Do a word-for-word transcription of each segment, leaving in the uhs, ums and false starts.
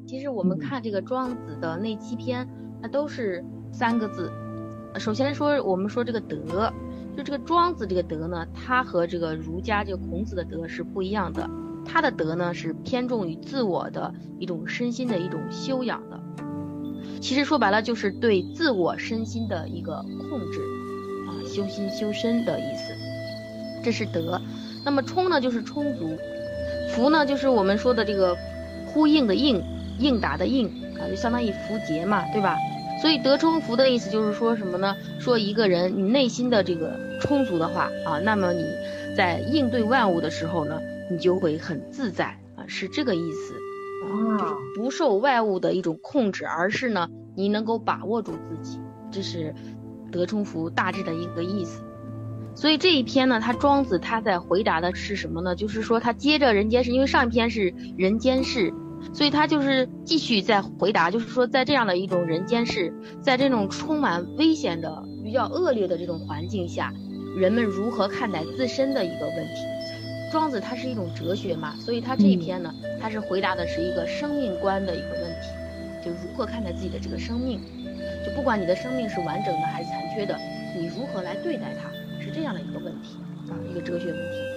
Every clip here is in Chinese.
其实我们看这个庄子的那七篇，它都是三个字。首先说，我们说这个德，就这个庄子这个德呢，它和这个儒家这个孔子的德是不一样的。他的德呢是偏重于自我的一种身心的一种修养的。其实说白了就是对自我身心的一个控制啊，修心修身的意思，这是德。那么充呢就是充足，符呢就是我们说的这个呼应的应，应答的应啊，就相当于符节嘛，对吧？所以德充符的意思就是说什么呢？说一个人你内心的这个充足的话啊，那么你在应对万物的时候呢，你就会很自在啊，是这个意思啊，就是不受外物的一种控制，而是呢你能够把握住自己，这是德充符大致的一个意思。所以这一篇呢，他庄子他在回答的是什么呢？就是说他接着人间世，因为上一篇是人间世，所以他就是继续在回答，就是说在这样的一种人间世，在这种充满危险的比较恶劣的这种环境下，人们如何看待自身的一个问题。庄子它是一种哲学嘛，所以他这一篇呢，他是回答的是一个生命观的一个问题，就如何看待自己的这个生命，就不管你的生命是完整的还是残缺的，你如何来对待它，是这样的一个问题啊，一个哲学问题。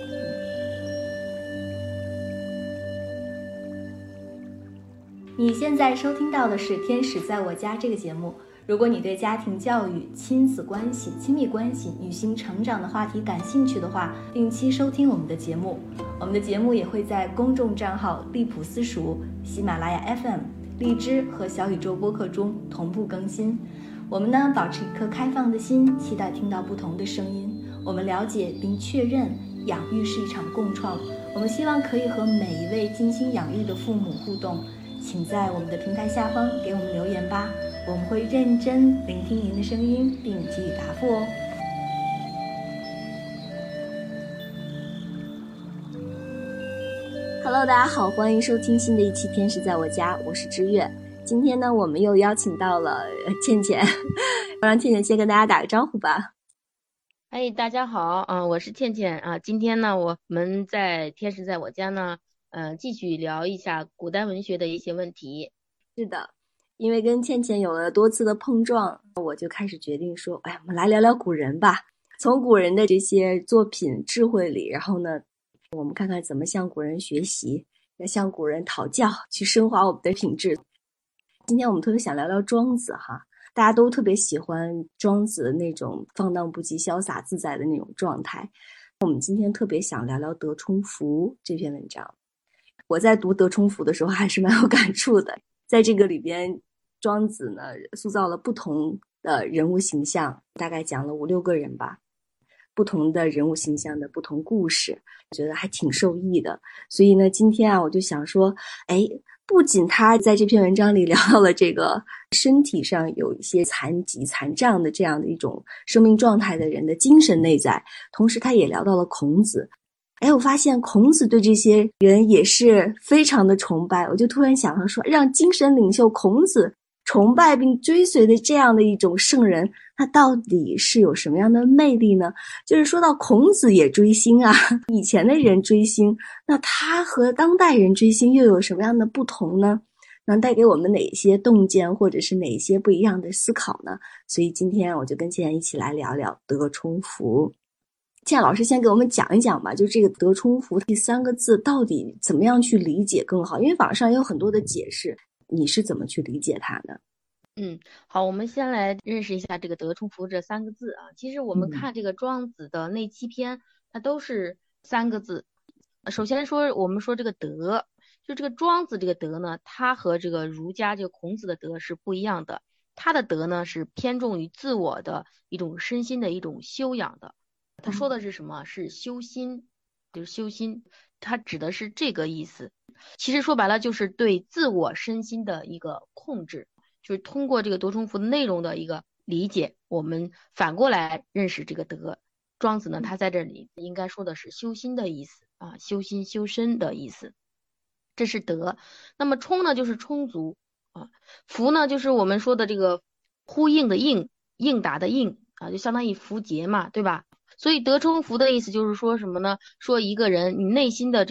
你现在收听到的是《天使在我家》这个节目。如果你对家庭教育、亲子关系、亲密关系、女性成长的话题感兴趣的话，定期收听我们的节目。我们的节目也会在公众账号利普私塾、喜马拉雅 F M、荔枝和小宇宙播客中同步更新。我们呢，保持一颗开放的心，期待听到不同的声音。我们了解并确认，养育是一场共创。我们希望可以和每一位精心养育的父母互动。请在我们的平台下方给我们留言吧，我们会认真聆听您的声音并给予答复哦。Hello， 大家好，欢迎收听新的一期《天使在我家》，我是知月。今天呢，我们又邀请到了倩倩，我让倩倩先跟大家打个招呼吧。 哎，大家好，啊、呃，我是倩倩啊。今天呢，我们在《天使在我家》呢。嗯、呃，继续聊一下古代文学的一些问题。 是的，因为跟倩倩有了多次的碰撞，我就开始决定说，哎，我们来聊聊古人吧。从古人的这些作品智慧里，然后呢，我们看看怎么向古人学习，要向古人讨教，去升华我们的品质。今天我们特别想聊聊庄子哈，大家都特别喜欢庄子的那种放荡不羁、潇洒自在的那种状态。我们今天特别想聊聊德充符这篇文章。我在读德充符的时候还是蛮有感触的，在这个里边，庄子呢塑造了不同的人物形象，大概讲了五六个人吧，不同的人物形象的不同故事，我觉得还挺受益的。所以呢，今天啊，我就想说，哎，不仅他在这篇文章里聊到了这个身体上有一些残疾、残障的这样的一种生命状态的人的精神内在，同时他也聊到了孔子。哎，我发现孔子对这些人也是非常的崇拜，我就突然想到说，让精神领袖孔子崇拜并追随的这样的一种圣人，他到底是有什么样的魅力呢？就是说到孔子也追星啊，以前的人追星，那他和当代人追星又有什么样的不同呢？能带给我们哪些洞见，或者是哪些不一样的思考呢？所以今天我就跟倩倩一起来聊聊德充符。倩老师先给我们讲一讲吧，就这个德充符这三个字到底怎么样去理解更好？因为网上有很多的解释，你是怎么去理解它的？ 嗯，好，我们先来认识一下这个德充符这三个字啊。其实我们看这个庄子的那七篇，它都是三个字。首先说，我们说这个德，就这个庄子这个德呢，它和这个儒家这个孔子的德是不一样的。他的德呢是偏重于自我的一种身心的一种修养的。他说的是什么？是修心，就是修心，他指的是这个意思。其实说白了就是对自我身心的一个控制，就是通过这个德充符内容的一个理解，我们反过来认识这个德。庄子呢，他在这里应该说的是修心的意思啊，修心修身的意思，这是德。那么充呢，就是充足啊，符呢，就是我们说的这个呼应的应，应答的应啊，就相当于符节嘛，对吧？所以德充符的意思就是说什么呢？说一个人你内心的这个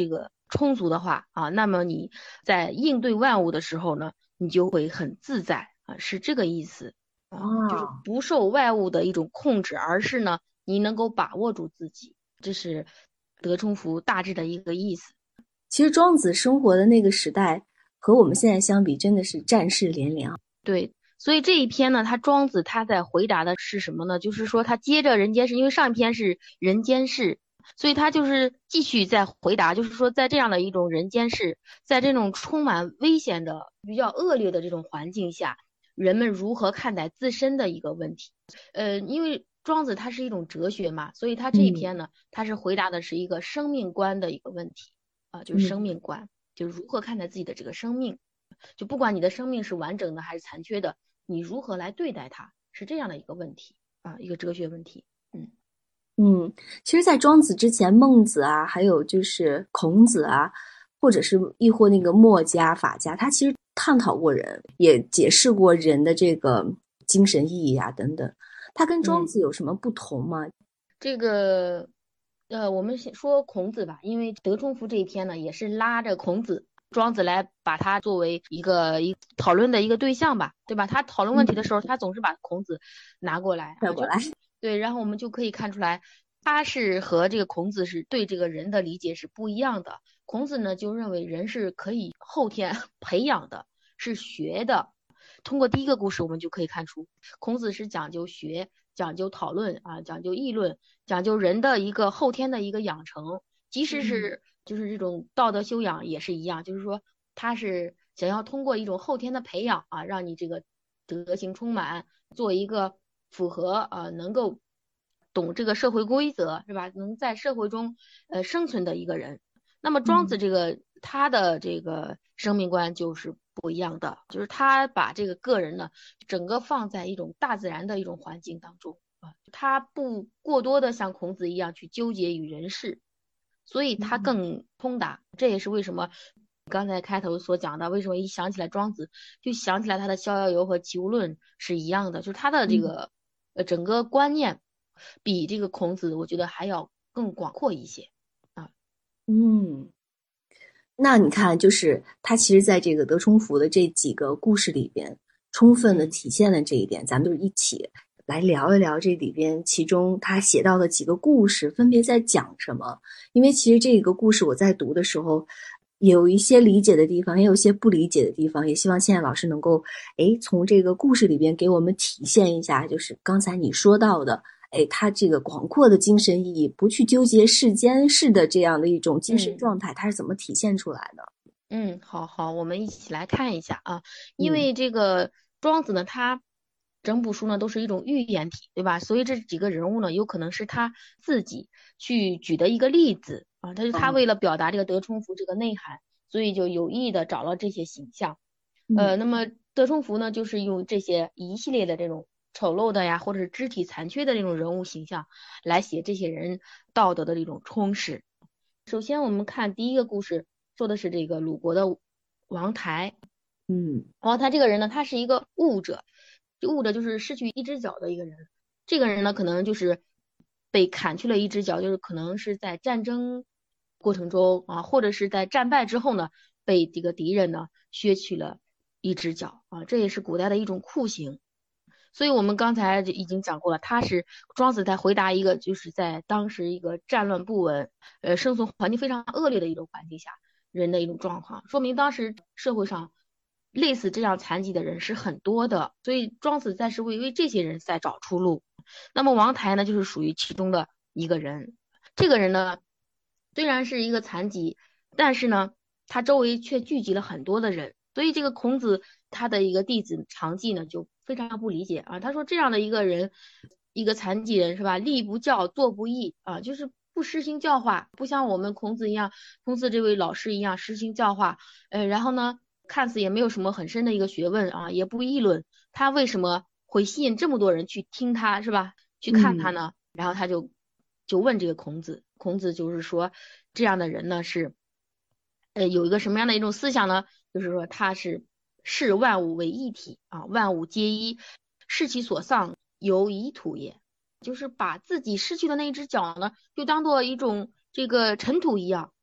充足的话啊，那么你在应对万物的时候呢，你就会很自在啊，是这个意思啊，就是哦， 不受外物的一种控制，而是呢，你能够把握住自己，这是德充福大致的一个意思。 其实庄子生活的那个时代和我们现在相比，真的是战事连连啊。 对，所以这一篇呢，他庄子他在回答的是什么呢？就是说他接着人间世，因为上一篇是人间世，所以他就是继续在回答，就是说在这样的一种人间世，在这种充满危险的、比较恶劣的这种环境下，人们如何看待自身的一个问题。呃，因为庄子它是一种哲学嘛，所以他这一嗯篇呢，他是回答的是一个生命观的一个问题啊、就是生嗯命观，就是如何看待自己的这个生命。就不管你的生命是完整的还是残缺的，你如何来对待它，是这样的一个问题啊，一个哲学问题。嗯嗯，其实，在庄子之前，孟子啊，还有就是孔子啊，或者是亦或那个墨家、法家，他其实探讨过人，也解释过人的这个精神意义啊等等。他跟庄嗯， 子有什么不同吗？ 这个呃，我们先说孔子吧，因为德充福这一篇呢，也是拉着孔子。庄子来把他作为一个一讨论的一个对象吧，对吧？他讨论问题的嗯， 时候，他总是把孔子拿过来啊，就带过来。 对，然后我们就可以看出来，他是和这个孔子是对这个人的理解是不一样的。孔子呢就认为人是可以后天培养的，是学的。通过第一个故事，我们就可以看出，孔子是讲究学、讲究讨论啊，讲究议论，讲究人的一个后天的一个养成。即使嗯是就是这种道德修养也是一样，就是说他是想要通过一种后天的培养啊，让你这个德行充满，做一个符合呃能够懂这个社会规则是吧？能在社会中呃生存的一个人。那么庄子嗯这个他的这个生命观就是不一样的，就是他把这个个人呢整个放在一种大自然的一种环境当中啊，他不过多的像孔子一样去纠结于人事，所以他嗯更通达。这也是为什么刚才开头所讲的，为什么一想起来庄子就想起来他的逍遥游和齐物论是一样的，就是他的这嗯个呃整个观念比这个孔子我觉得还要更广阔一些啊。 嗯。那你看，就是他其实在这个德充福的这几个故事里边，充分的嗯体现了这一点。咱们就一起来聊一聊这里边其中他写到的几个故事分别在讲什么。因为其实这个故事我在读的时候，有一些理解的地方，也有一些不理解的地方。也希望现在老师能够，诶，从这个故事里边给我们体现一下，就是刚才你说到的。哎，他这个广阔的精神意义，不去纠结世间事的这样的一种精神嗯。 状态，它是怎么体现出来的？ 嗯，好好，我们一起来看一下啊，因嗯为这个庄子呢，他整部书呢都是一种寓言体，对吧？所以这几个人物呢，有可能是他自己去举的一个例子啊，他就他哦， 为了表达这个德充福这个内涵，所以就有意的找了这些形象。呃， 嗯那么德充福呢，就是用这些一系列的这种丑陋的呀，或者是肢体残缺的这种人物形象，来写这些人道德的这种充实。首先，我们看第一个故事，说的是这个鲁国的王台。 嗯王台这个人呢，他是一个悟者，就悟者就是失去一只脚的一个人。这个人呢，可能就是被砍去了一只脚，就是可能是在战争过程中啊，或者是在战败之后呢，被这个敌人呢削去了一只脚啊，这也是古代的一种酷刑。所以我们刚才就已经讲过了，他是庄子在回答一个就是在当时一个战乱不稳，呃，生存环境非常恶劣的一种环境下人的一种状况，说明当时社会上类似这样残疾的人是很多的，所以庄子在是为为这些人在找出路。那么王台呢，就是属于其中的一个人。这个人呢，虽然是一个残疾，但是呢，他周围却聚集了很多的人。所以这个孔子他的一个弟子常记呢，就非常不理解啊。他说这样的一个人，一个残疾人是吧？立不教，坐不义啊，就是不实行教化，不像我们孔子一样，孔子这位老师一样实行教化。呃，然后呢，看似也没有什么很深的一个学问啊，也不议论，他为什么会吸引这么多人去听他是吧？去看他嗯呢？然后他就就问这个孔子，孔子就是说这样的人呢是。呃，有一个什么样的一种思想呢？就是说他是视万物为一体啊，万物皆一，视其所丧，犹以土也。就是把自己失去的那一只脚呢，就当做一种这个尘土一样，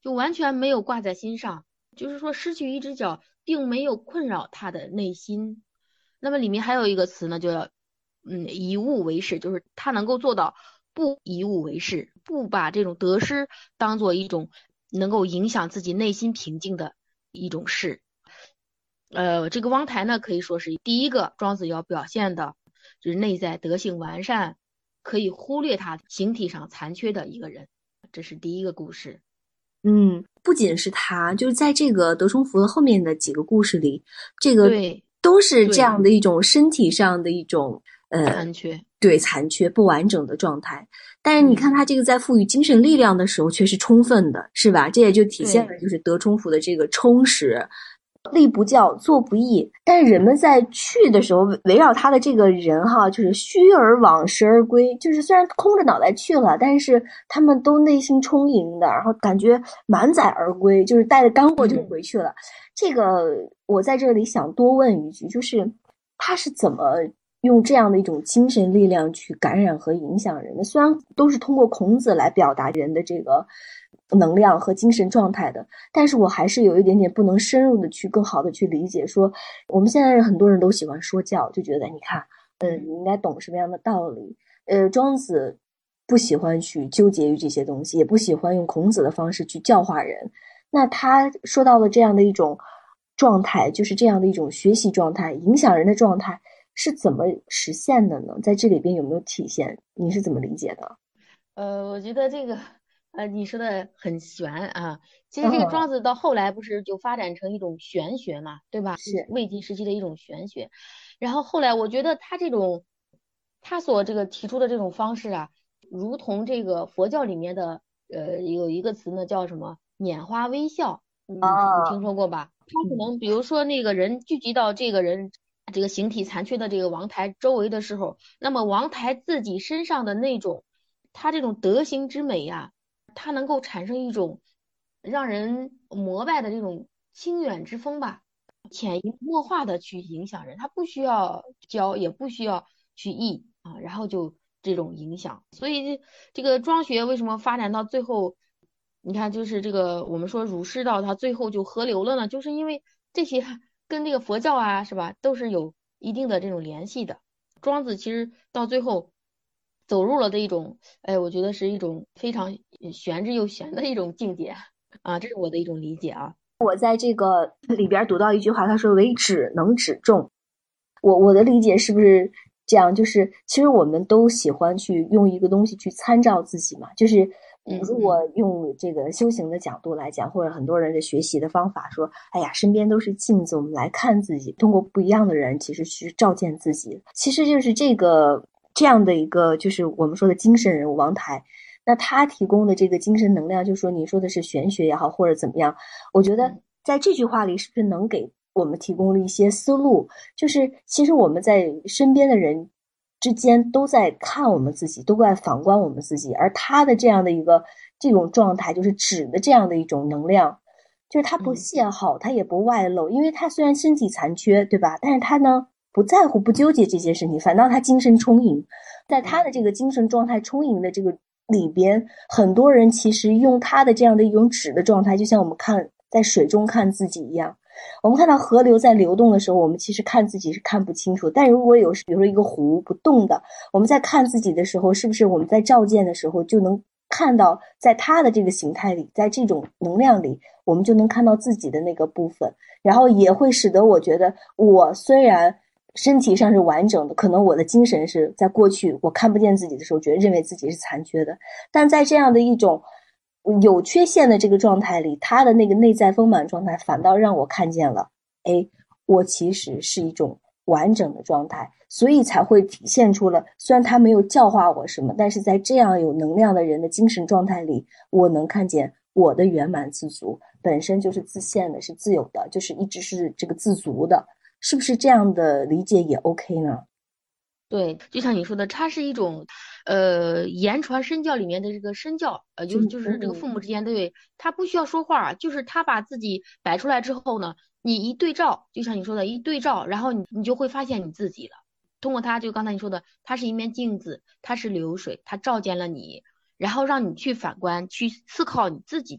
就完全没有挂在心上，就是说失去一只脚并没有困扰他的内心。那么里面还有一个词呢，就叫嗯以物为事，就是他能够做到不以物为事，不把这种得失当做一种能够影响自己内心平静的一种事。呃，这个汪台呢，可以说是第一个庄子要表现的，就是内在德性完善，可以忽略他形体上残缺的一个人，这是第一个故事。 嗯，不仅是他，就是在这个德充福的后面的几个故事里，这个对都是这对， 样的一种身体上的一种呃残缺， 对残缺不完整的状态。但是你看嗯， 他这个在赋予精神力量的时候却是充分的，是吧？这也就体现对， 了就是德充福的这个充实。立不教，做不义，但是人们在去的时候，围绕他的这个人哈，就是虚而往，实而归，就是虽然空着脑袋去了，但是他们都内心充盈的，然后感觉满载而归，就是带着干货就回去了。 嗯、 这个我在这里想多问一句，就是他是怎么用这样的一种精神力量去感染和影响人的？虽然都是通过孔子来表达人的这个能量和精神状态的，但是我还是有一点点不能深入的去更好的去理解说，我们现在很多人都喜欢说教，就觉得你看，嗯、呃，你应该懂什么样的道理。呃，庄子不喜欢去纠结于这些东西，也不喜欢用孔子的方式去教化人。那他说到了这样的一种状态，就是这样的一种学习状态，影响人的状态是怎么实现的呢？在这里边有没有体现？你是怎么理解的？ 呃，我觉得这个呃你说的很玄啊。其实这个庄嗯， 子到后来不是就发展成一种玄学嘛，对吧？ 是， 魏晋时期的一种玄学。然后后来我觉得他这种他所这个提出的这种方式啊，如同这个佛教里面的呃有一个词呢叫什么拈花微笑，你听你听啊， 说过吧？他可嗯能比如说那个人聚集到这个人这个形体残缺的这个王台周围的时候，那么王台自己身上的那种他这种德行之美呀、它能够产生一种让人膜拜的这种清远之风吧，潜移默化的去影响人，他不需要教，也不需要去译啊，然后就这种影响。所以这个庄学为什么发展到最后，你看就是这个我们说儒释道它最后就合流了呢，就是因为这些跟这个佛教啊是吧，都是有一定的这种联系的。庄子其实到最后走入了这一种，哎，我觉得是一种非常玄之又玄的一种境界啊，这是我的一种理解啊。 我在这个里边读到一句话，他说"为止能止众"。我我的理解是不是这样？就是其实我们都喜欢去用一个东西去参照自己嘛。就是如果嗯嗯用这个修行的角度来讲，或者很多人的学习的方法说，哎呀，身边都是镜子，我们来看自己，通过不一样的人，其实去照见自己。其实就是这个这样的一个，就是我们说的精神人物王台。那他提供的这个精神能量，就说你说的是玄学也好，或者怎么样，我觉得嗯在这句话里是不是能给我们提供了一些思路？就是其实我们在身边的人之间都在看我们自己，都在反观我们自己，而他的这样的一个这种状态，就是指的这样的一种能量，就是他不嗯泄耗，他也不外露，因为他虽然身体残缺，对吧？但是他呢不在乎、不纠结这些事情，反倒他精神充盈，在他的嗯这个精神状态充盈的这个里边，很多人其实用他的这样的一种指的状态，就像我们看在水中看自己一样。我们看到河流在流动的时候，我们其实看自己是看不清楚。但如果有，比如说一个湖不动的，我们在看自己的时候，是不是我们在照见的时候就能看到，在它的这个形态里，在这种能量里，我们就能看到自己的那个部分，然后也会使得我觉得，我虽然身体上是完整的，可能我的精神是在过去我看不见自己的时候，觉得认为自己是残缺的，但在这样的一种有缺陷的这个状态里，他的那个内在丰满状态反倒让我看见了，哎，我其实是一种完整的状态，所以才会体现出了，虽然他没有教化我什么，但是在这样有能量的人的精神状态里，我能看见我的圆满自足，本身就是自现的，是自由的，就是一直是这个自足的，是不是这样的理解也 OK 呢？ 对，就像你说的，它是一种，呃，言传身教里面的这个身教，呃，就是就是就是这个父嗯， 母之间对，他不需要说话，就是他把自己摆出来之后呢，你一对照，就像你说的，一对照，然后你你就会发现你自己了。通过它，就刚才你说的，它是一面镜子，它是流水，它照见了你，然后让你去反观，去思考你自己的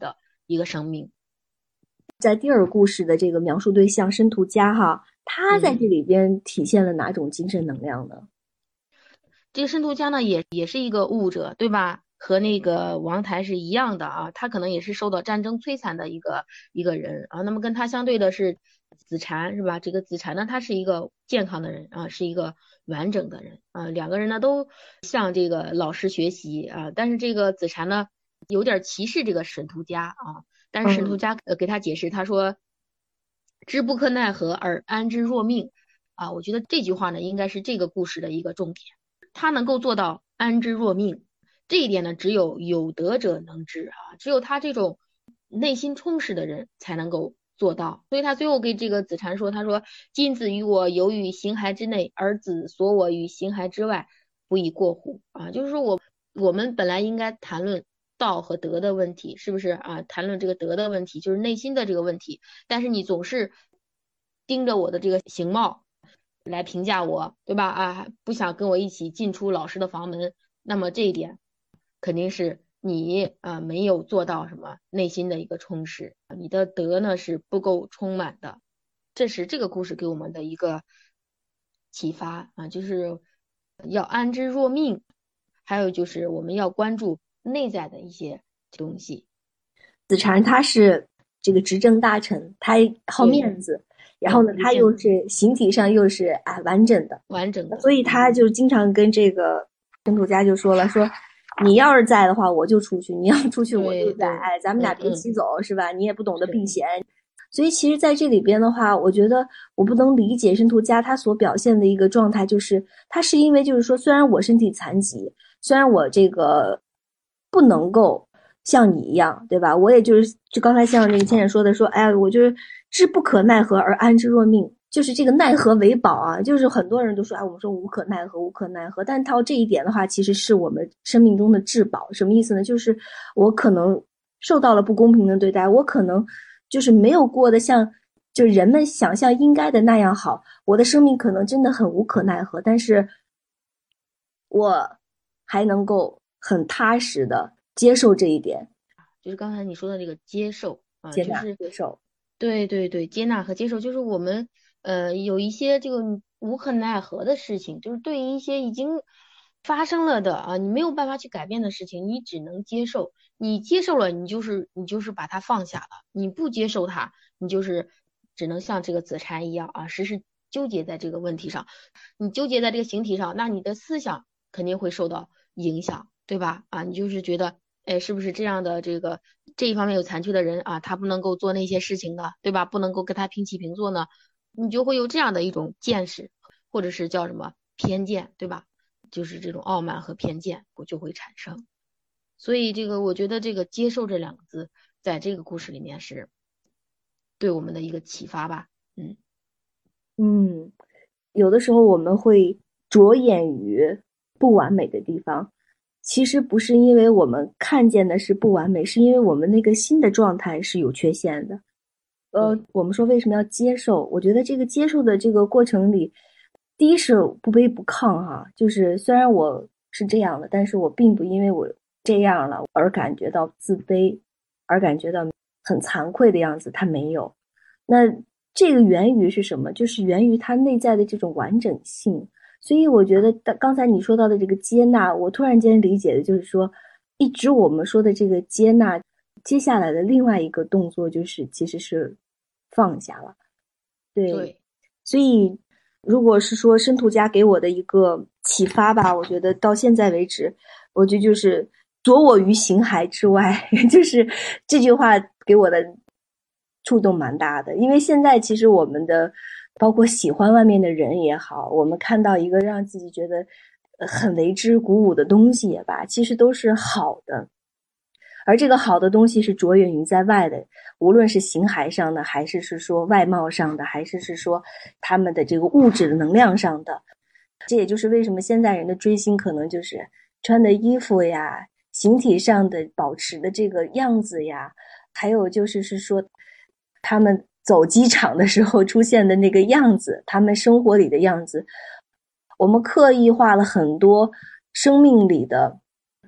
一个生命。 在第二个故事的这个描述对象申屠嘉哈，他在这里边体现了哪种精神能量呢？ 嗯、这个申屠嘉呢，也也是一个悟者，对吧？和那个王台是一样的啊，他可能也是受到战争摧残的一个一个人啊。那么跟他相对的是子产，是吧？这个子产呢，他是一个健康的人啊，是一个完整的人啊。两个人呢都向这个老师学习啊，但是这个子产呢有点歧视这个申屠嘉啊。但是申屠嘉呃给他解释，他说知不可奈何而安之若命啊。我觉得这句话呢应该是这个故事的一个重点，他能够做到安之若命。这一点呢，只有有德者能知啊，只有他这种内心充实的人才能够做到。所以他最后给这个子产说，他说今子与我游于形骸之内，而子所我于形骸之外，不亦过乎啊？就是说我我们本来应该谈论道和德的问题，是不是啊？谈论这个德的问题，就是内心的这个问题，但是你总是盯着我的这个形貌来评价我，对吧？啊，不想跟我一起进出老师的房门，那么这一点肯定是你啊、呃、没有做到什么内心的一个充实，你的德呢是不够充满的。这是这个故事给我们的一个启发啊，就是要安之若命，还有就是我们要关注内在的一些东西。 子产他是这个执政大臣，他好面子，然后呢，他又是形体上又是啊完整的， 完整的， 所以他就经常跟这个申屠嘉就说了，说你要是在的话，我就出去；你要出去，我就在。哎，咱们俩别齐走，嗯、是吧？你也不懂得避嫌。所以其实在这里边的话，我觉得我不能理解申屠嘉他所表现的一个状态，就是他是因为就是说，虽然我身体残疾，虽然我这个不能够像你一样，对吧？我也就是就刚才像那个倩倩说的，说哎，我就是知不可奈何而安之若命，就是这个奈何为宝啊。就是很多人都说哎，我们说无可奈何，无可奈何，但到这一点的话，其实是我们生命中的至宝。什么意思呢？就是我可能受到了不公平的对待，我可能就是没有过得像就人们想象应该的那样好，我的生命可能真的很无可奈何，但是我还能够很踏实的接受这一点。 就是刚才你说的这个接受啊， 接纳、 就是接受， 对对对，接纳和接受，就是我们呃有一些这个无可奈何的事情，就是对于一些已经发生了的啊，你没有办法去改变的事情，你只能接受。你接受了，你就是你就是把它放下了；你不接受它，你就是只能像这个子产一样啊，时时纠结在这个问题上。你纠结在这个形体上，那你的思想肯定会受到影响，对吧？啊，你就是觉得。哎，是不是这样的这个这一方面有残缺的人啊，他不能够做那些事情的，对吧？不能够跟他平起平坐呢，你就会有这样的一种见识，或者是叫什么偏见，对吧？就是这种傲慢和偏见我就会产生。所以这个我觉得这个接受这两个字，在这个故事里面是对我们的一个启发吧。嗯嗯，有的时候我们会着眼于不完美的地方。其实不是因为我们看见的是不完美，是因为我们那个心的状态是有缺陷的。呃，我们说为什么要接受？我觉得这个接受的这个过程里，第一是不卑不亢哈，就是虽然我是这样的，但是我并不因为我这样了而感觉到自卑，而感觉到很惭愧的样子，它没有。那这个源于是什么？就是源于它内在的这种完整性。所以我觉得刚才你说到的这个接纳，我突然间理解的就是说，一直我们说的这个接纳，接下来的另外一个动作就是其实是放下了。对， 对， 所以如果是说申屠嘉给我的一个启发吧，我觉得到现在为止，我觉得就是躲我于形骸之外，就是这句话给我的触动蛮大的。因为现在其实我们的包括喜欢外面的人也好，我们看到一个让自己觉得很为之鼓舞的东西也罢，其实都是好的。而这个好的东西是着眼于在外的，无论是形骸上的，还是是说外貌上的，还是是说他们的这个物质的能量上的。这也就是为什么现在人的追星可能就是穿的衣服呀，形体上的保持的这个样子呀，还有就是是说他们走机场的时候出现的那个样子，他们生活里的样子，我们刻意化了很多生命里的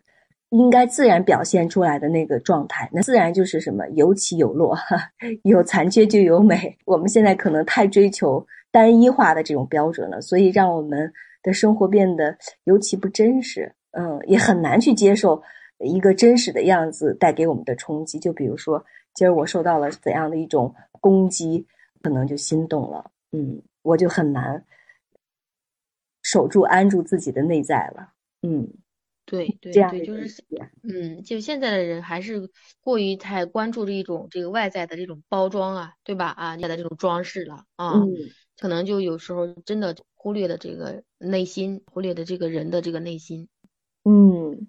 应该自然表现出来的那个状态，那自然就是什么有起有落，有残缺就有美。我们现在可能太追求单一化的这种标准了，所以让我们的生活变得尤其不真实，嗯，也很难去接受一个真实的样子带给我们的冲击。就比如说今儿我受到了怎样的一种攻击，可能就心动了，嗯，我就很难守住安住自己的内在了，嗯， 对这样的对对，就是一个嗯，就现在的人还是过于太关注这一种这个外在的这种包装啊，对吧？啊，外在的这种装饰了啊， 嗯。 可能就有时候真的忽略了这个内心，忽略了这个人的这个内心。 嗯，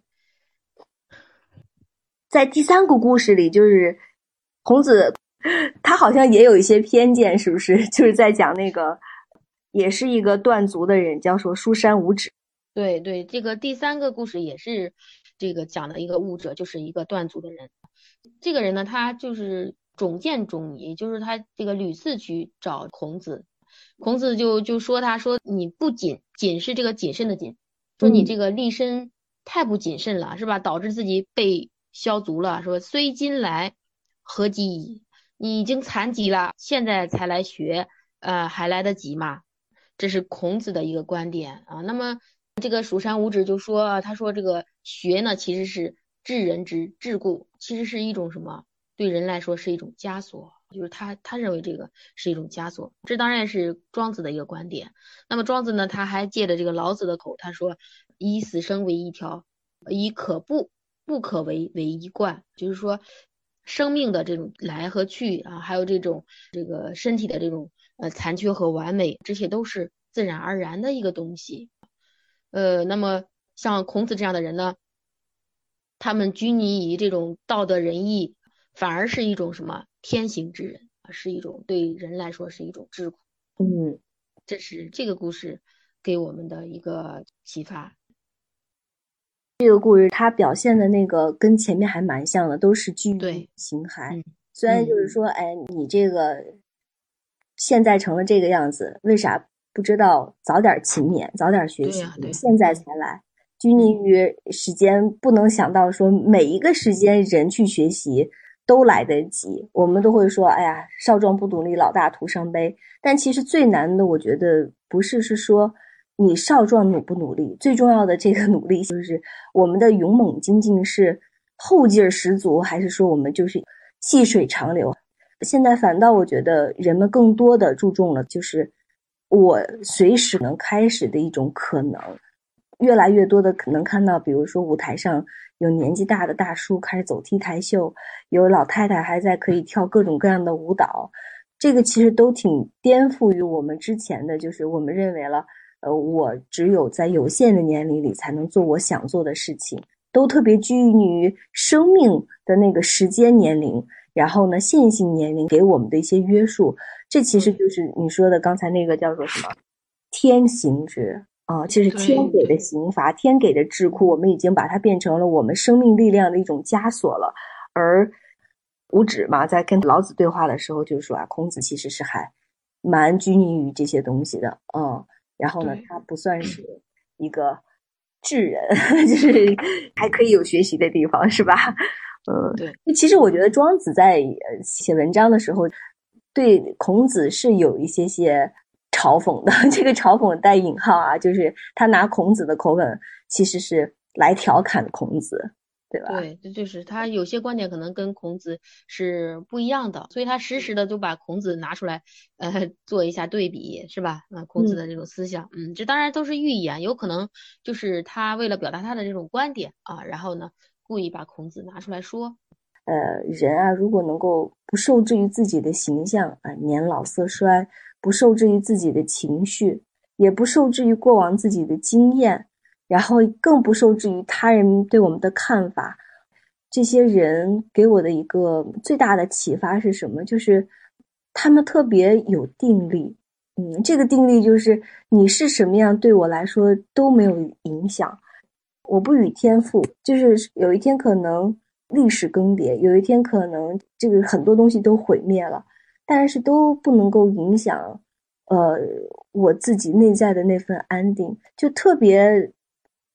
在第三个故事里，就是孔子，他好像也有一些偏见，是不是？就是在讲那个，也是一个断足的人，叫说书山无指。 对对，这个第三个故事也是这个讲的一个悟者，就是一个断足的人。这个人呢，他就是种见中疑，就是他这个屡次去找孔子，孔子就就说他说你不谨，谨是这个谨慎的谨，说你嗯这个立身太不谨慎了，是吧？导致自己被削足了，说虽今来何及矣？你已经残疾了，现在才来学，呃，还来得及吗？这是孔子的一个观点啊。那么这个蜀山无指就说啊，他说这个学呢其实是治人之桎梏，其实是一种什么？对人来说是一种枷锁，就是他他认为这个是一种枷锁。这当然是庄子的一个观点。那么庄子呢，他还借着这个老子的口，他说以死生为一条，以可不不可为为一贯，就是说生命的这种来和去啊，还有这种这个身体的这种呃残缺和完美，这些都是自然而然的一个东西。呃，那么像孔子这样的人呢，他们拘泥于这种道德仁义，反而是一种什么天行之人啊，是一种对人来说是一种桎梏。 嗯， 这是这个故事给我们的一个启发。 这个故事它表现的那个跟前面还蛮像的，都是居于对， 形骸。 嗯虽然就嗯， 是说，哎，你这个现在成了这个样子，为啥不知道早点勤勉，早点学习？ 对呀、对呀、 现在嗯才来，拘泥嗯， 于时间，不能想到说每一个时间人去学习都来得及。我们都会说，哎呀，少壮不努力，老大徒伤悲。但其实最难的，我觉得不是是说你少壮努不努力，最重要的这个努力就是我们的勇猛精进是后劲儿十足，还是说我们就是细水长流？现在反倒我觉得人们更多的注重了，就是我随时能开始的一种可能。越来越多的可能看到，比如说舞台上有年纪大的大叔开始走 T 台秀，有老太太还在可以跳各种各样的舞蹈，这个其实都挺颠覆于我们之前的，就是我们认为了，呃，我只有在有限的年龄里才能做我想做的事情，都特别拘泥于生命的那个时间年龄，然后呢，线性年龄给我们的一些约束，这其实对就是你说的刚才那个叫做什么天行之。啊，其实天给的对对， 刑罚，天给的智库，我们已经把它变成了我们生命力量的一种枷锁了。而五指嘛，在跟老子对话的时候，就说啊，孔子其实是还蛮拘泥于这些东西的，嗯。然后呢， 对他不算是一个智人，就是还可以有学习的地方，是吧？ 对， 嗯，其实我觉得庄子在呃写文章的时候，对孔子是有一些些嘲讽的。这个嘲讽带引号啊，就是他拿孔子的口吻，其实是来调侃孔子，对吧？ 对，这就是他有些观点可能跟孔子是不一样的，所以他时时的就把孔子拿出来，呃，做一下对比，是吧？啊、孔子嗯。 的这种思想，嗯，这当然都是寓言，有可能就是他为了表达他的这种观点啊，然后呢，故意把孔子拿出来说。 呃，人啊，如果能够不受制于自己的形象啊、呃年老色衰，不受制于自己的情绪，也不受制于过往自己的经验，然后更不受制于他人对我们的看法，这些人给我的一个最大的启发是什么？就是他们特别有定力。嗯，这个定力就是你是什么样，对我来说都没有影响。我不与天赋，就是有一天可能历史更迭，有一天可能这个很多东西都毁灭了，但是都不能够影响，呃，我自己内在的那份安定，就特别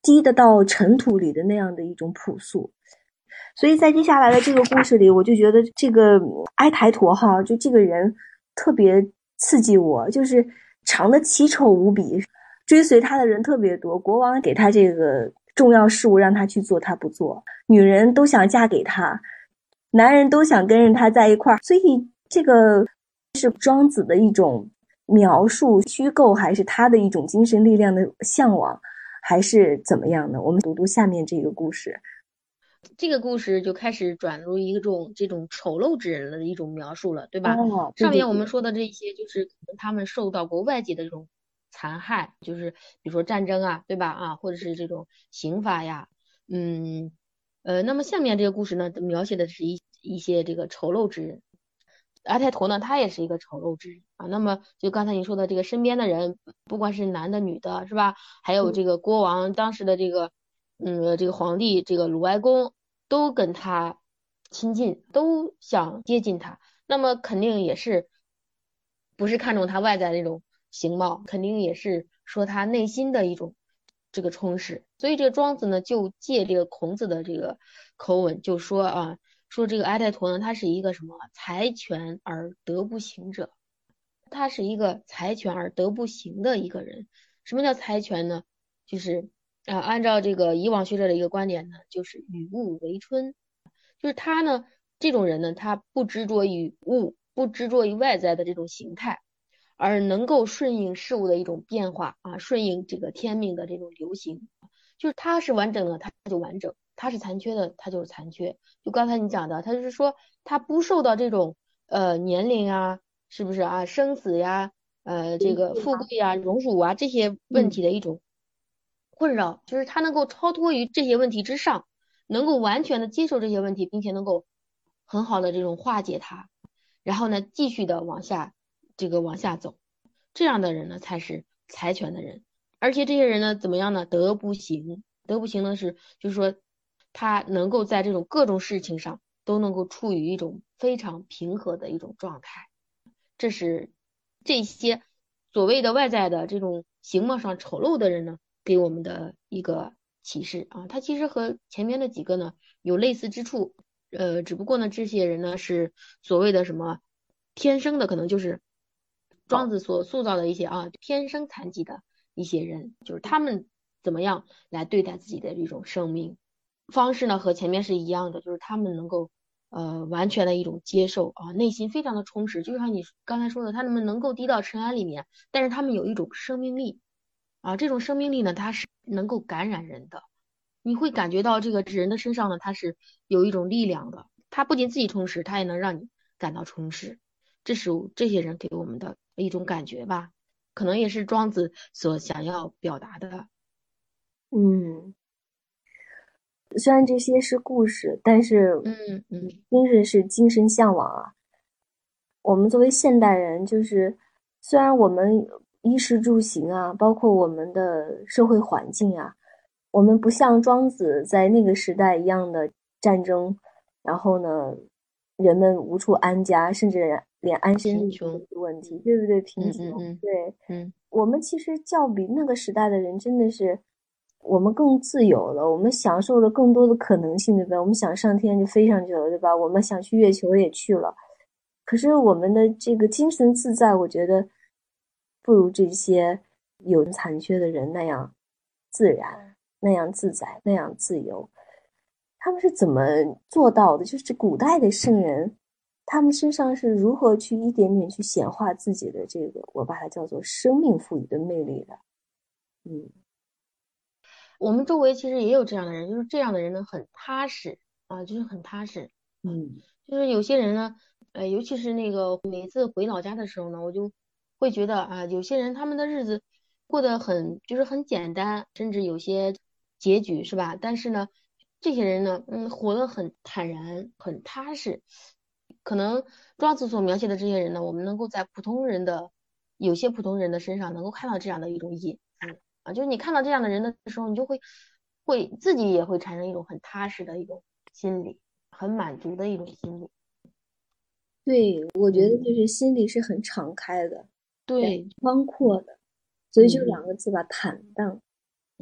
低得到尘土里的那样的一种朴素。所以在接下来的这个故事里，我就觉得这个埃台陀哈，就这个人特别刺激我，就是长得奇丑无比，追随他的人特别多，国王给他这个重要事务让他去做，他不做，女人都想嫁给他，男人都想跟着他在一块儿，所以这个是庄子的一种描述，虚构还是他的一种精神力量的向往，还是怎么样的？我们读读下面这个故事。 这个故事就开始转入一种这种丑陋之人的一种描述了，对吧？ 哦，对上对对， 面我们说的这些，就是可能他们受到过外界的这种残害，就是比如说战争啊，对吧？啊，或者是这种刑罚呀，嗯，呃，那么下面这个故事呢，描写的是一一些这个丑陋之人。阿泰陀呢，他也是一个丑陋之人啊。那么就刚才你说的这个身边的人，不管是男的女的，是吧？还有这个国王当时的这个，嗯，这个皇帝，这个鲁哀公都跟他亲近，都想接近他。那么肯定也是不是看重他外在的这种形貌，肯定也是说他内心的一种这个充实。所以这个庄子呢，就借这个孔子的这个口吻，就说啊。说这个埃泰陀呢，他是一个什么财权而德不行者，他是一个财权而德不行的一个人。什么叫财权呢？就是啊、呃按照这个以往学者的一个观点呢，就是与物为春，就是他呢这种人呢，他不执着于物，不执着于外在的这种形态，而能够顺应事物的一种变化啊，顺应这个天命的这种流行。就是他是完整的，他就完整；他是残缺的，他就是残缺。就刚才你讲的，他就是说他不受到这种呃年龄啊，是不是啊，生死呀，呃这个富贵呀、荣辱啊这些问嗯题的一种困扰，就是他能够超脱于这些问题之上，能够完全的接受这些问题，并且能够很好的这种化解它，然后呢继续的往下这个往下走，这样的人呢才是财权的人。而且这些人呢，怎么样呢？德不行，德不行呢是，就是说他能够在这种各种事情上都能够处于一种非常平和的一种状态。这是这些所谓的外在的这种形貌上丑陋的人呢，给我们的一个启示啊。他其实和前面的几个呢有类似之处，呃，只不过呢，这些人呢是所谓的什么天生的，可能就是庄子所塑造的一些啊天生残疾的一些人，就是他们怎么样来对待自己的这种生命方式呢，和前面是一样的，就是他们能够呃完全的一种接受啊，内心非常的充实，就像你刚才说的，他们能够低到尘埃里面，但是他们有一种生命力啊，这种生命力呢，它是能够感染人的，你会感觉到这个人的身上呢，它是有一种力量的，他不仅自己充实，他也能让你感到充实，这是这些人给我们的一种感觉吧，可能也是庄子所想要表达的。 嗯，虽然这些是故事，但是嗯嗯精神是精神向往啊。我们作为现代人，就是虽然我们衣食住行啊，包括我们的社会环境啊，我们不像庄子在那个时代一样的战争，然后呢，人们无处安家，甚至连安身立命都贫穷， 是问题， 嗯对不对？贫嗯穷， 嗯嗯对， 嗯我们其实较比那个时代的人真的是，我们更自由了，我们享受了更多的可能性，对吧？我们想上天就飞上去了，对吧？我们想去月球也去了。可是我们的这个精神自在，我觉得不如这些有残缺的人那样自然、那样自在、那样自由。他们是怎么做到的？就是古代的圣人，他们身上是如何去一点点去显化自己的这个，我把它叫做生命赋予的魅力的。嗯我们周围其实也有这样的人，就是这样的人呢很踏实啊，就是很踏实。 嗯就是有些人呢，呃，尤其是那个每次回老家的时候呢，我就会觉得啊，有些人他们的日子过得很就是很简单，甚至有些拮据，是吧？但是呢，这些人呢，嗯，活得很坦然，很踏实。可能庄子所描写的这些人呢，我们能够在普通人的有些普通人的身上能够看到这样的一种隐子啊，就是你看到这样的人的时候，你就会会自己也会产生一种很踏实的一种心理。很满足的一种心理。 对，我觉得嗯， 就是心里是很敞开的， 对， 宽阔嗯的，所以就嗯嗯两个字吧，坦荡。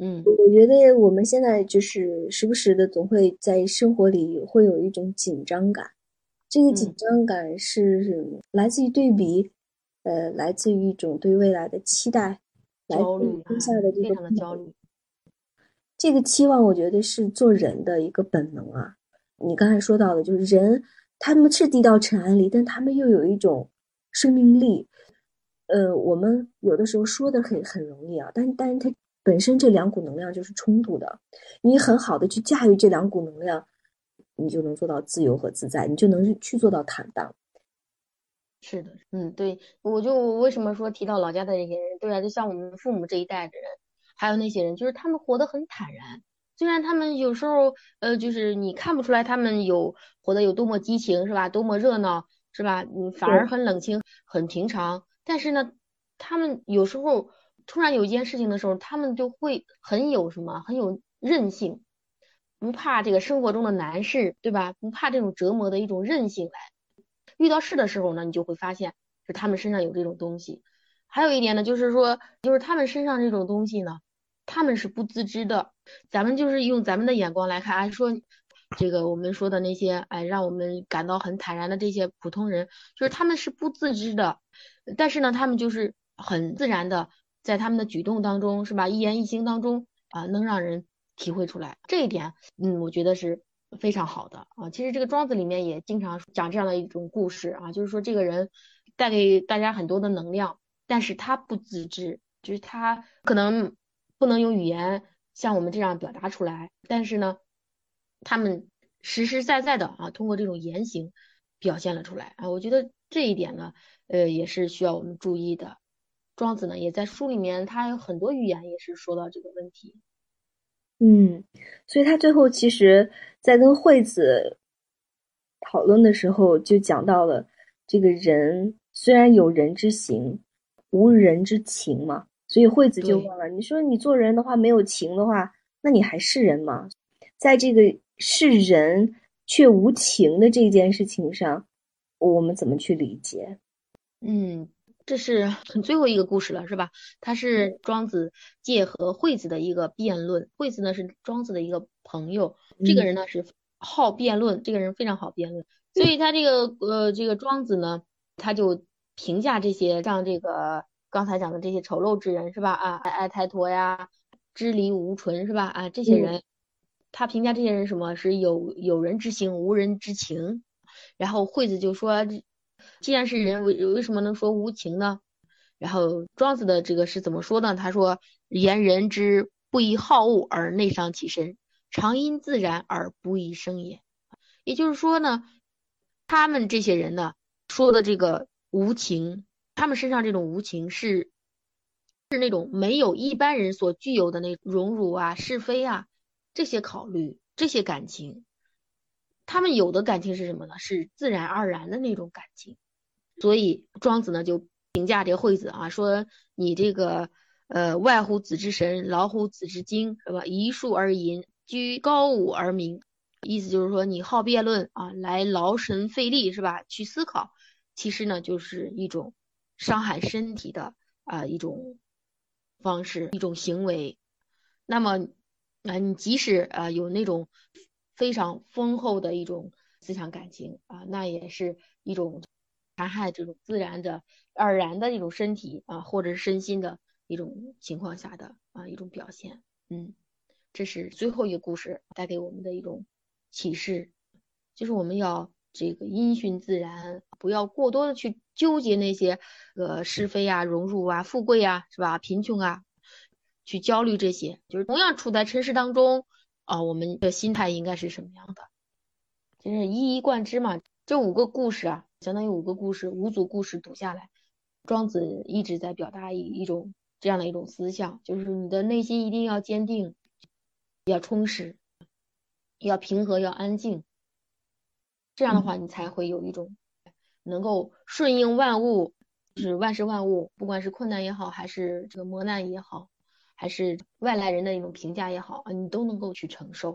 嗯我觉得我们现在就是时不时的总会在生活里会有一种紧张感，这个紧嗯， 张感是来自于对比，呃，来自于一种对未来的期待，来自焦于当下虑啊， 的这个不非常的焦满。 虑。 这个期望，我觉得是做人的一个本能啊。你刚才说到的，就是人他们是低到尘埃里，但他们又有一种生命力。呃，我们有的时候说的很很容易啊，但但是它本身这两股能量就是冲突的。你很好的去驾驭这两股能量，你就能做到自由和自在，你就能去做到坦荡。 是的，嗯，对，我就为什么说提到老家的这些人，对啊，就像我们父母这一代的人，还有那些人，就是他们活得很坦然。虽然他们有时候，呃，就是你看不出来他们有活得有多么激情，是吧？多么热闹，是吧？嗯，反而对， 很冷清，很平常。但是呢，他们有时候突然有一件事情的时候，他们就会很有什么，很有韧性，不怕这个生活中的难事，对吧？不怕这种折磨的一种韧性来。遇到事的时候呢，你就会发现是他们身上有这种东西。还有一点呢，就是说，就是他们身上这种东西呢，他们是不自知的。咱们就是用咱们的眼光来看，哎，说这个我们说的那些，哎，让我们感到很坦然的这些普通人，就是他们是不自知的，但是呢，他们就是很自然的，在他们的举动当中，是吧，一言一行当中啊，能让人体会出来。这一点，嗯，我觉得是非常好的啊。其实这个庄子里面也经常讲这样的一种故事啊，就是说这个人带给大家很多的能量，但是他不自知，就是他可能不能用语言像我们这样表达出来，但是呢，他们实实在在的啊，通过这种言行表现了出来啊。我觉得这一点呢，呃，也是需要我们注意的。庄子呢，也在书里面，他有很多寓言也是说到这个问题。 嗯，所以他最后其实，在跟惠子讨论的时候，就讲到了这个人虽然有人之形，无人之情嘛。所以惠子就对。 问了：“你说你做人的话没有情的话，那你还是人吗？”在这个是人却无情的这件事情上，我们怎么去理解？ 嗯，这是最后一个故事了，是吧？它是庄子介和惠子的一个辩论。惠子呢是庄子的一个朋友，这个嗯人呢是好辩论，这个人非常好辩论，所以他这个呃这个庄子呢，他就评价这些像这个刚才讲的这些丑陋之人是吧？啊，爱财陀呀，支离无纯是吧？啊，这些嗯人，他评价这些人什么是有有人之行，无人之情。然后惠子就说，既然是人，为为什么能说无情呢？然后庄子的这个是怎么说呢？他说：言人之不以好恶而内伤其身，常因自然而不以生也。也就是说呢，他们这些人呢说的这个无情，他们身上这种无情是是那种没有一般人所具有的那荣辱啊、是非啊这些考虑、这些感情。他们有的感情是什么呢？是自然而然的那种感情。所以庄子呢就评价这个惠子啊，说你这个呃外乎子之神，劳乎子之精，是吧？一数而淫，居高吾而明。意思就是说你好辩论啊，来劳神费力，是吧？去思考，其实呢就是一种伤害身体的啊、呃一种方式，一种行为。那么，啊、呃你即使啊、呃有那种非常丰厚的一种思想感情啊、那也是一种残害这种自然的、而然的一种身体啊、或者是身心的一种情况下的啊、一种表现。嗯，这是最后一个故事带给我们的一种启示，就是我们要这个因循自然，不要过多的去纠结那些呃是非啊、荣辱啊、富贵啊，是吧？贫穷啊，去焦虑这些。就是同样处在尘世当中啊、我们的心态应该是什么样的？就是一以贯之嘛。这五个故事啊，相当于五个故事，五组故事读下来，庄子一直在表达一一种这样的一种思想，就是你的内心一定要坚定，要充实，要平和，要安静。这样的嗯话，你才会有一种能够顺应万物，就是万事万物，不管是困难也好，还是这个磨难也好，还是外来人的一种评价也好啊，你都能够去承受。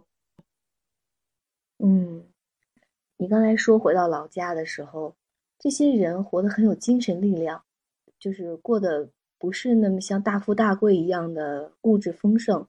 嗯。你刚才说回到老家的时候，这些人活得很有精神力量，就是过得不是那么像大富大贵一样的物质丰盛，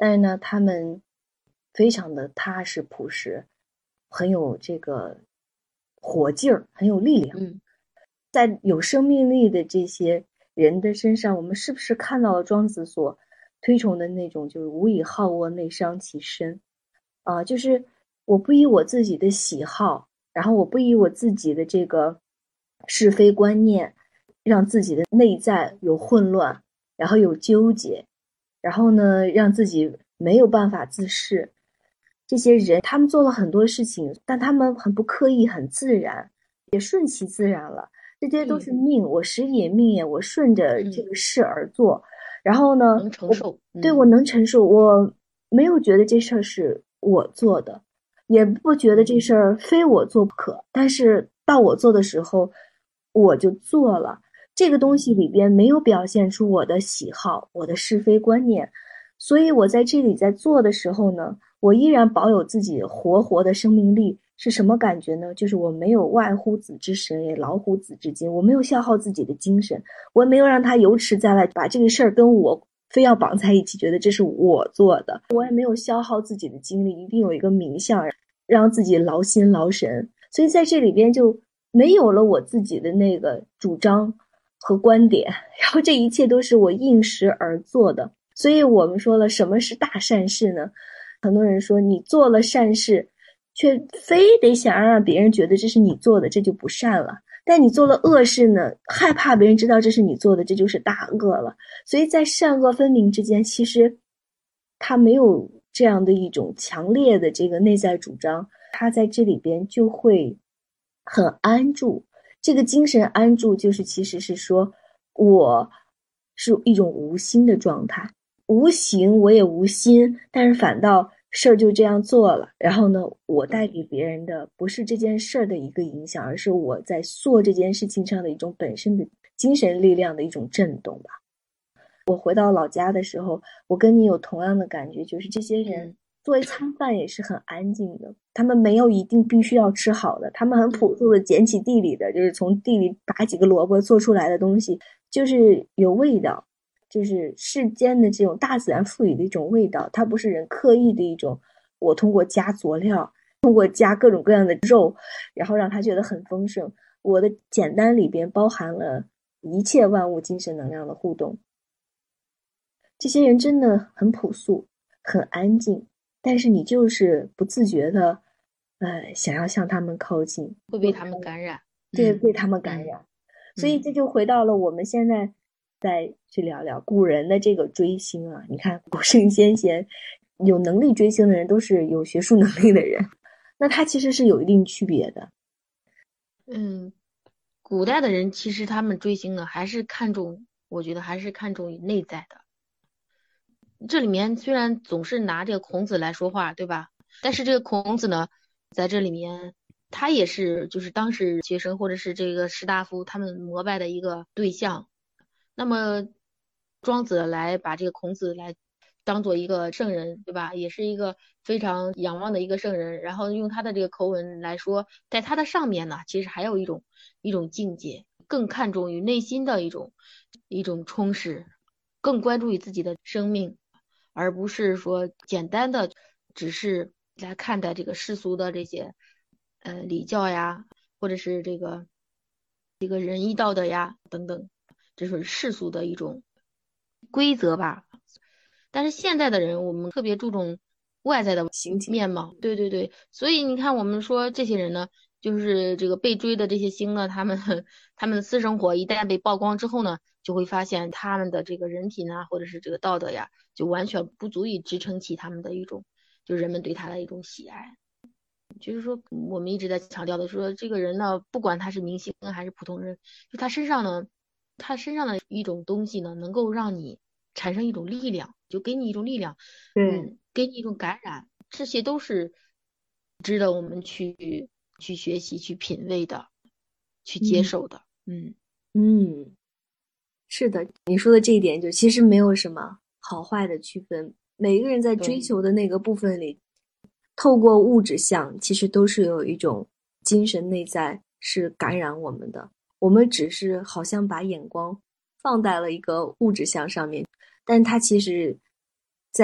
但是呢，他们非常的踏实朴实，很有这个火劲儿，很有力量。 嗯， 在有生命力的这些人的身上，我们是不是看到了庄子所推崇的那种，就是无以好恶，内伤其身啊、呃，就是我不以我自己的喜好，然后我不以我自己的这个是非观念，让自己的内在有混乱，然后有纠结，然后呢，让自己没有办法自适。这些人他们做了很多事情，但他们很不刻意，很自然，也顺其自然了。这些都是命，我时也命也，我顺着这个事而做。然后呢， 能承受， 对，我能承受，我没有觉得这事儿是我做的，也不觉得这事儿非我做不可。但是到我做的时候，我就做了。这个东西里边没有表现出我的喜好，我的是非观念，所以我在这里在做的时候呢，我依然保有自己活活的生命力。是什么感觉呢？就是我没有外乎子之神，也劳乎子之筋，我没有消耗自己的精神，我也没有让他游驰在外，把这个事儿跟我非要绑在一起，觉得这是我做的。我也没有消耗自己的精力，一定有一个名相让自己劳心劳神。所以在这里边就没有了我自己的那个主张和观点，然后这一切都是我应时而做的。所以我们说了，什么是大善事呢？很多人说你做了善事，却非得想让别人觉得这是你做的，这就不善了。但你做了恶事呢，害怕别人知道这是你做的，这就是大恶了。所以在善恶分明之间，其实他没有这样的一种强烈的这个内在主张，他在这里边就会很安住。这个精神安住，就是其实是说我是一种无心的状态，无形我也无心，但是反倒事儿就这样做了。然后呢，我带给别人的不是这件事儿的一个影响，而是我在做这件事情上的一种本身的精神力量的一种震动吧。我回到老家的时候，我跟你有同样的感觉，就是这些人做一餐饭也是很安静的，他们没有一定必须要吃好的，他们很朴素的捡起地里的，就是从地里拔几个萝卜做出来的东西，就是有味道，就是世间的这种大自然赋予的一种味道，它不是人刻意的一种，我通过加佐料，通过加各种各样的肉，然后让他觉得很丰盛。我的简单里边包含了一切万物精神能量的互动。这些人真的很朴素，很安静，但是你就是不自觉的，呃，想要向他们靠近， 会被他们感染， 对， 嗯、 被他们感染。 嗯、 所以这就回到了我们现在再去聊聊古人的这个追星啊。你看古圣先贤，有能力追星的人都是有学术能力的人，那他其实是有一定区别的。 嗯，古代的人其实他们追星呢，还是看重，我觉得还是看重于内在的。这里面虽然总是拿这个孔子来说话，对吧？但是这个孔子呢，在这里面他也是就是当时学生或者是这个士大夫他们膜拜的一个对象。那么庄子来把这个孔子来当做一个圣人，对吧？也是一个非常仰望的一个圣人。然后用他的这个口吻来说，在他的上面呢，其实还有一种一种境界，更看重于内心的一种一种充实，更关注于自己的生命。而不是说简单的只是来看待这个世俗的这些呃礼教呀，或者是这个这个仁义道德呀等等，这是世俗的一种规则吧。但是现在的人，我们特别注重外在的形体面貌，对对对，所以你看，我们说这些人呢，就是这个被追的这些星呢，他们他们的私生活一旦被曝光之后呢，就会发现他们的这个人品啊，或者是这个道德呀，就完全不足以支撑起他们的一种，就人们对他的一种喜爱。就是说，我们一直在强调的说，这个人呢，不管他是明星还是普通人，就他身上呢，他身上的一种东西呢，能够让你产生一种力量，就给你一种力量，嗯，给你一种感染，这些都是值得我们去去学习、去品味的、去接受的。嗯嗯，是的，你说的这一点就其实没有什么好坏的区分，每一个人在追求的那个部分里，透过物质相，其实都是有一种精神内在是感染我们的。我们只是好像把眼光放在了一个物质相上面，但它其实在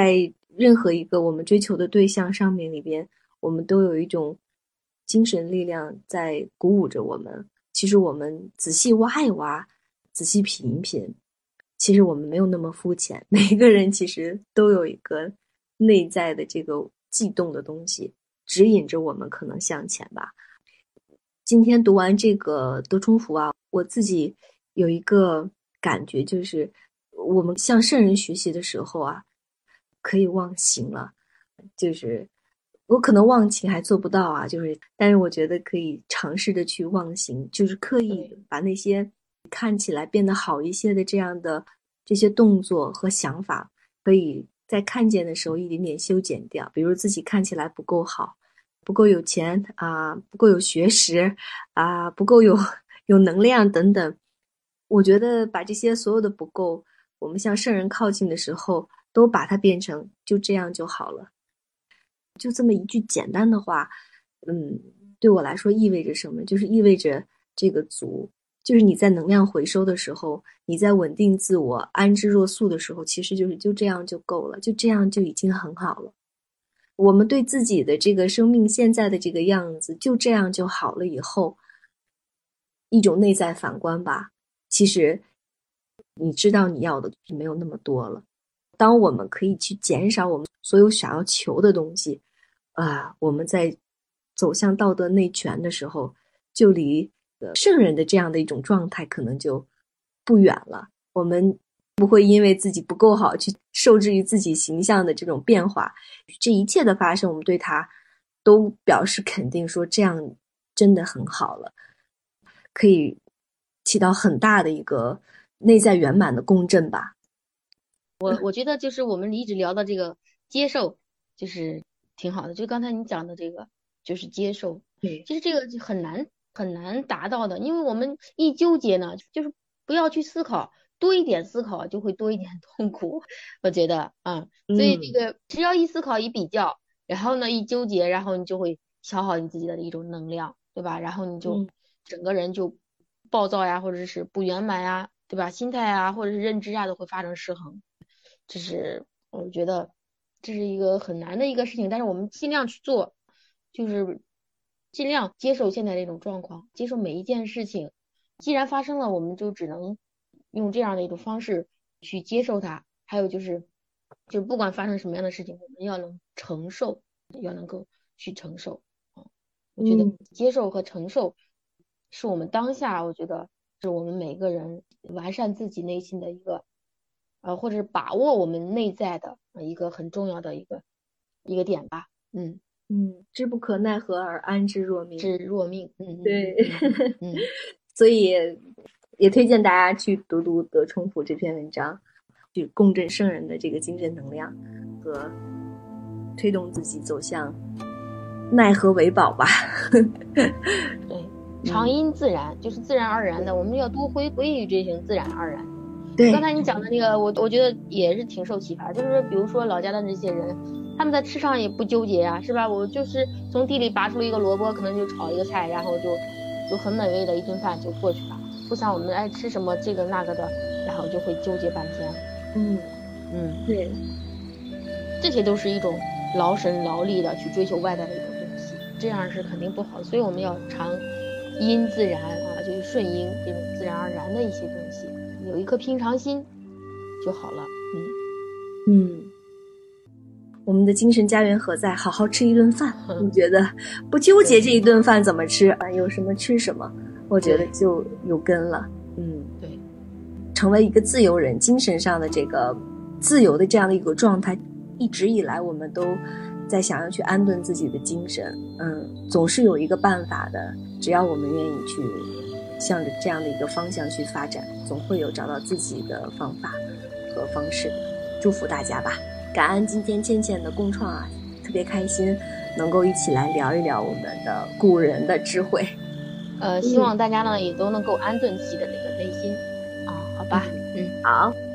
任何一个我们追求的对象上面里边，我们都有一种精神力量在鼓舞着我们。其实我们仔细挖一挖，仔细品一品，其实我们没有那么肤浅，每一个人其实都有一个内在的这个悸动的东西，指引着我们可能向前吧。今天读完这个德充符啊，我自己有一个感觉，就是我们向圣人学习的时候啊，可以忘形了。就是我可能忘情还做不到啊，就是但是我觉得可以尝试着去忘形，就是刻意把那些看起来变得好一些的这样的这些动作和想法，可以在看见的时候一点点修剪掉。比如自己看起来不够好，不够有钱啊，不够有学识啊，不够有有能量等等。我觉得把这些所有的不够，我们向圣人靠近的时候，都把它变成就这样就好了。就这么一句简单的话，嗯，对我来说意味着什么？就是意味着这个足，就是你在能量回收的时候，你在稳定自我、安之若素的时候，其实就是就这样就够了，就这样就已经很好了。我们对自己的这个生命现在的这个样子，就这样就好了以后，一种内在反观吧。其实你知道你要的没有那么多了。当我们可以去减少我们所有想要求的东西啊，我们在走向道德内全的时候，就离圣人的这样的一种状态可能就不远了。我们不会因为自己不够好去受制于自己形象的这种变化，这一切的发生，我们对它都表示肯定，说这样真的很好了，可以起到很大的一个内在圆满的共振吧。 我我觉得就是我们一直聊的这个接受，就是挺好的。就刚才你讲的这个，就是接受。 对， 其实这个很难很难达到的，因为我们一纠结呢，就是不要去思考，多一点思考就会多一点痛苦。我觉得啊，所以这个只要一思考一比较，然后呢一纠结，然后你就会消耗你自己的一种能量，对吧？然后你就整个人就暴躁呀，或者是不圆满呀，对吧？心态啊，或者是认知啊，都会发生失衡。这是我觉得这是一个很难的一个事情，但是我们尽量去做，就是尽量接受现在这种状况，接受每一件事情，既然发生了，我们就只能用这样的一种方式去接受它。还有就是，就不管发生什么样的事情，我们要能承受，要能够去承受啊。我觉得接受和承受是我们当下，我觉得是我们每个人完善自己内心的一个。呃，或者是把握我们内在的一个很重要的一个一个点吧。嗯嗯，知不可奈何而安之若命。 知若命。嗯对， 嗯嗯。 所以也推荐大家去读读德充符这篇文章，去共振圣人的这个精神能量，和推动自己走向奈何为宝吧。 对，常因自然，嗯、就是自然而然的，我们要多回归于这些自然而然。 对， 刚才你讲的那个，我我觉得也是挺受启发。就是说，比如说老家的那些人，他们在吃上也不纠结呀、啊，是吧？我就是从地里拔出一个萝卜，可能就炒一个菜，然后就就很美味的一顿饭就过去了。不像我们爱吃什么这个那个的，然后就会纠结半天。 嗯嗯， 对， 这些都是一种劳神劳力的去追求外在的一种东西，这样是肯定不好。所以我们要常因自然啊，就是顺应这种自然而然的一些东西。有一颗平常心就好了。 嗯嗯，我们的精神家园何在？好好吃一顿饭。我觉得不纠结这一顿饭怎么吃啊，有什么吃什么，我觉得就有根了。嗯， 对， 成为一个自由人，精神上的这个自由的这样的一个状态，一直以来我们都在想要去安顿自己的精神。嗯，总是有一个办法的，只要我们愿意去向着这样的一个方向去发展，总会有找到自己的方法和方式的。祝福大家吧，感恩今天倩倩的共创啊，特别开心能够一起来聊一聊我们的古人的智慧。 呃，希望大家呢、嗯、也都能够安顿自己的那个内心啊，好吧，嗯， 好。